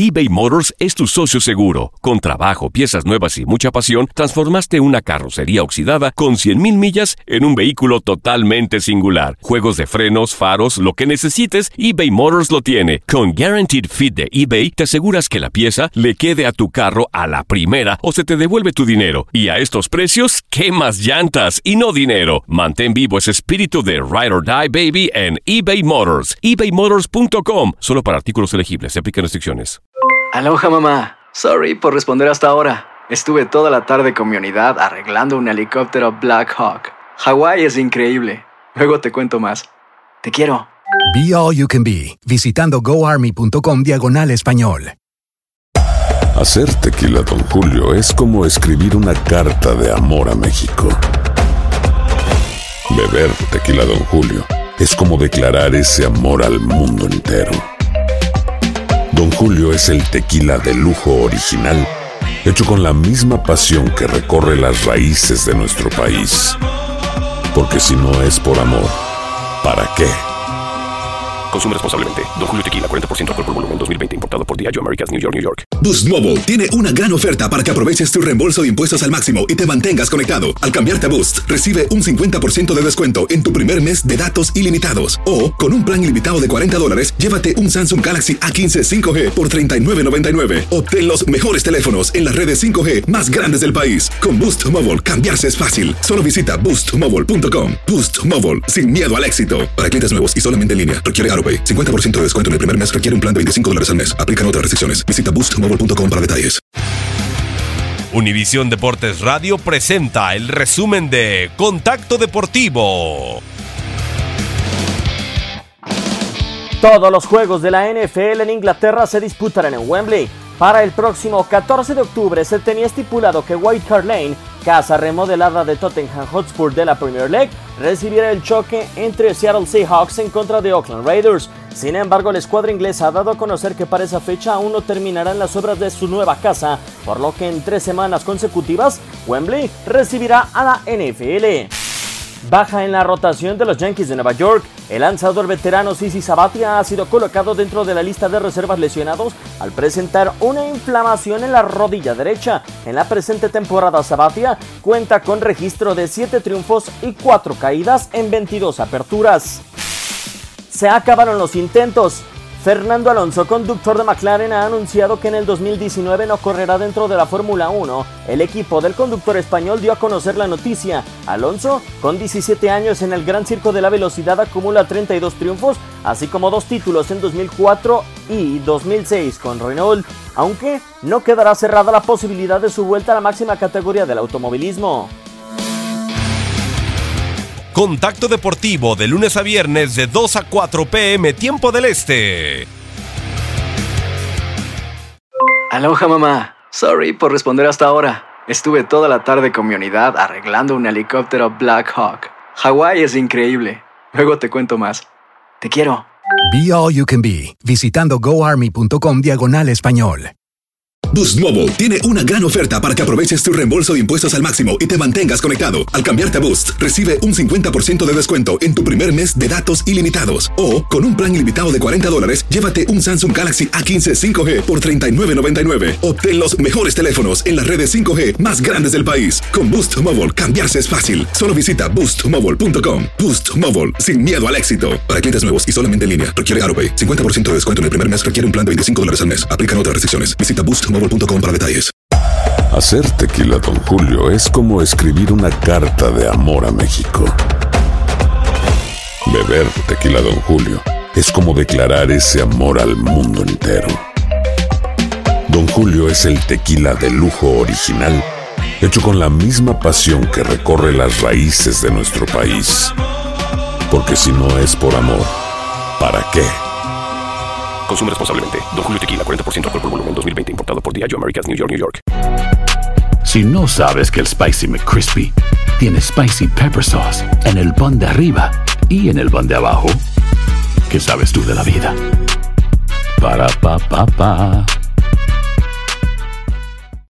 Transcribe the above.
eBay Motors es tu socio seguro. Con trabajo, piezas nuevas y mucha pasión, transformaste una carrocería oxidada con 100,000 millas en un vehículo totalmente singular. Juegos de frenos, faros, lo que necesites, eBay Motors lo tiene. Con Guaranteed Fit de eBay, te aseguras que la pieza le quede a tu carro a la primera o se te devuelve tu dinero. Y a estos precios, ¿qué más llantas y no dinero? Mantén vivo ese espíritu de Ride or Die, baby, en eBay Motors. ebaymotors.com. Solo para artículos elegibles. Se aplican restricciones. Aloha, mamá. Sorry por responder hasta ahora. Estuve toda la tarde con mi unidad arreglando un helicóptero Black Hawk. Hawái es increíble. Luego te cuento más. Te quiero. Be All You Can Be, visitando goarmy.com/español. Hacer tequila Don Julio es como escribir una carta de amor a México. Beber tequila Don Julio es como declarar ese amor al mundo entero. Don Julio es el tequila de lujo original, hecho con la misma pasión que recorre las raíces de nuestro país. Porque si no es por amor, ¿para qué? Consume responsablemente. Don Julio Tequila, 40% alcohol por volumen, 2020. Importado por Diageo Americas, New York, New York. Boost Mobile tiene una gran oferta para que aproveches tu reembolso de impuestos al máximo y te mantengas conectado. Al cambiarte a Boost, recibe un 50% de descuento en tu primer mes de datos ilimitados. O, con un plan ilimitado de $40, llévate un Samsung Galaxy A15 5G por $39.99. Obtén los mejores teléfonos en las redes 5G más grandes del país. Con Boost Mobile, cambiarse es fácil. Solo visita boostmobile.com. Boost Mobile, sin miedo al éxito. Para clientes nuevos y solamente en línea, requiere AroPay. 50% de descuento en el primer mes, requiere un plan de $25 al mes. Aplican otras restricciones. Visita boostmobile.com para detalles. Univisión Deportes Radio presenta el resumen de Contacto Deportivo. Todos los juegos de la NFL en Inglaterra se disputarán en Wembley. Para el próximo 14 de octubre se tenía estipulado que White Hart Lane, casa remodelada de Tottenham Hotspur de la Premier League, recibiera el choque entre Seattle Seahawks en contra de Oakland Raiders. Sin embargo, la escuadra inglesa ha dado a conocer que para esa fecha aún no terminarán las obras de su nueva casa, por lo que en 3 semanas consecutivas, Wembley recibirá a la NFL. Baja en la rotación de los Yankees de Nueva York. El lanzador veterano CC Sabathia ha sido colocado dentro de la lista de reservas lesionados al presentar una inflamación en la rodilla derecha. En la presente temporada, Sabathia cuenta con registro de 7 triunfos y 4 caídas en 22 aperturas. Se acabaron los intentos. Fernando Alonso, conductor de McLaren, ha anunciado que en el 2019 no correrá dentro de la Fórmula 1. El equipo del conductor español dio a conocer la noticia. Alonso, con 17 años en el Gran Circo de la Velocidad, acumula 32 triunfos, así como 2 títulos en 2004 y 2006 con Renault, aunque no quedará cerrada la posibilidad de su vuelta a la máxima categoría del automovilismo. Contacto Deportivo de lunes a viernes de 2 a 4 p.m. tiempo del este. Aloha, mamá. Sorry por responder hasta ahora. Estuve toda la tarde con mi unidad arreglando un helicóptero Black Hawk. Hawái es increíble. Luego te cuento más. Te quiero. Be All You Can Be, visitando goarmy.com/español. Boost Mobile tiene una gran oferta para que aproveches tu reembolso de impuestos al máximo y te mantengas conectado. Al cambiarte a Boost, recibe un 50% de descuento en tu primer mes de datos ilimitados. O, con un plan ilimitado de $40, llévate un Samsung Galaxy A15 5G por $39.99. Obtén los mejores teléfonos en las redes 5G más grandes del país. Con Boost Mobile, cambiarse es fácil. Solo visita boostmobile.com. Boost Mobile, sin miedo al éxito. Para clientes nuevos y solamente en línea, requiere AroPay. 50% de descuento en el primer mes, requiere un plan de $25 al mes. Aplican otras restricciones. Visita boostmobile.com para detalles. Hacer tequila Don Julio es como escribir una carta de amor a México. Beber tequila Don Julio es como declarar ese amor al mundo entero. Don Julio es el tequila de lujo original, hecho con la misma pasión que recorre las raíces de nuestro país. Porque si no es por amor, ¿para qué? Consume responsablemente. Don Julio Tequila, 40% alcohol por volumen, 2020. Importado por Diageo Americas, New York, New York. Si no sabes que el Spicy McCrispy tiene Spicy Pepper Sauce en el pan de arriba y en el pan de abajo, ¿qué sabes tú de la vida? Para, pa, pa, pa.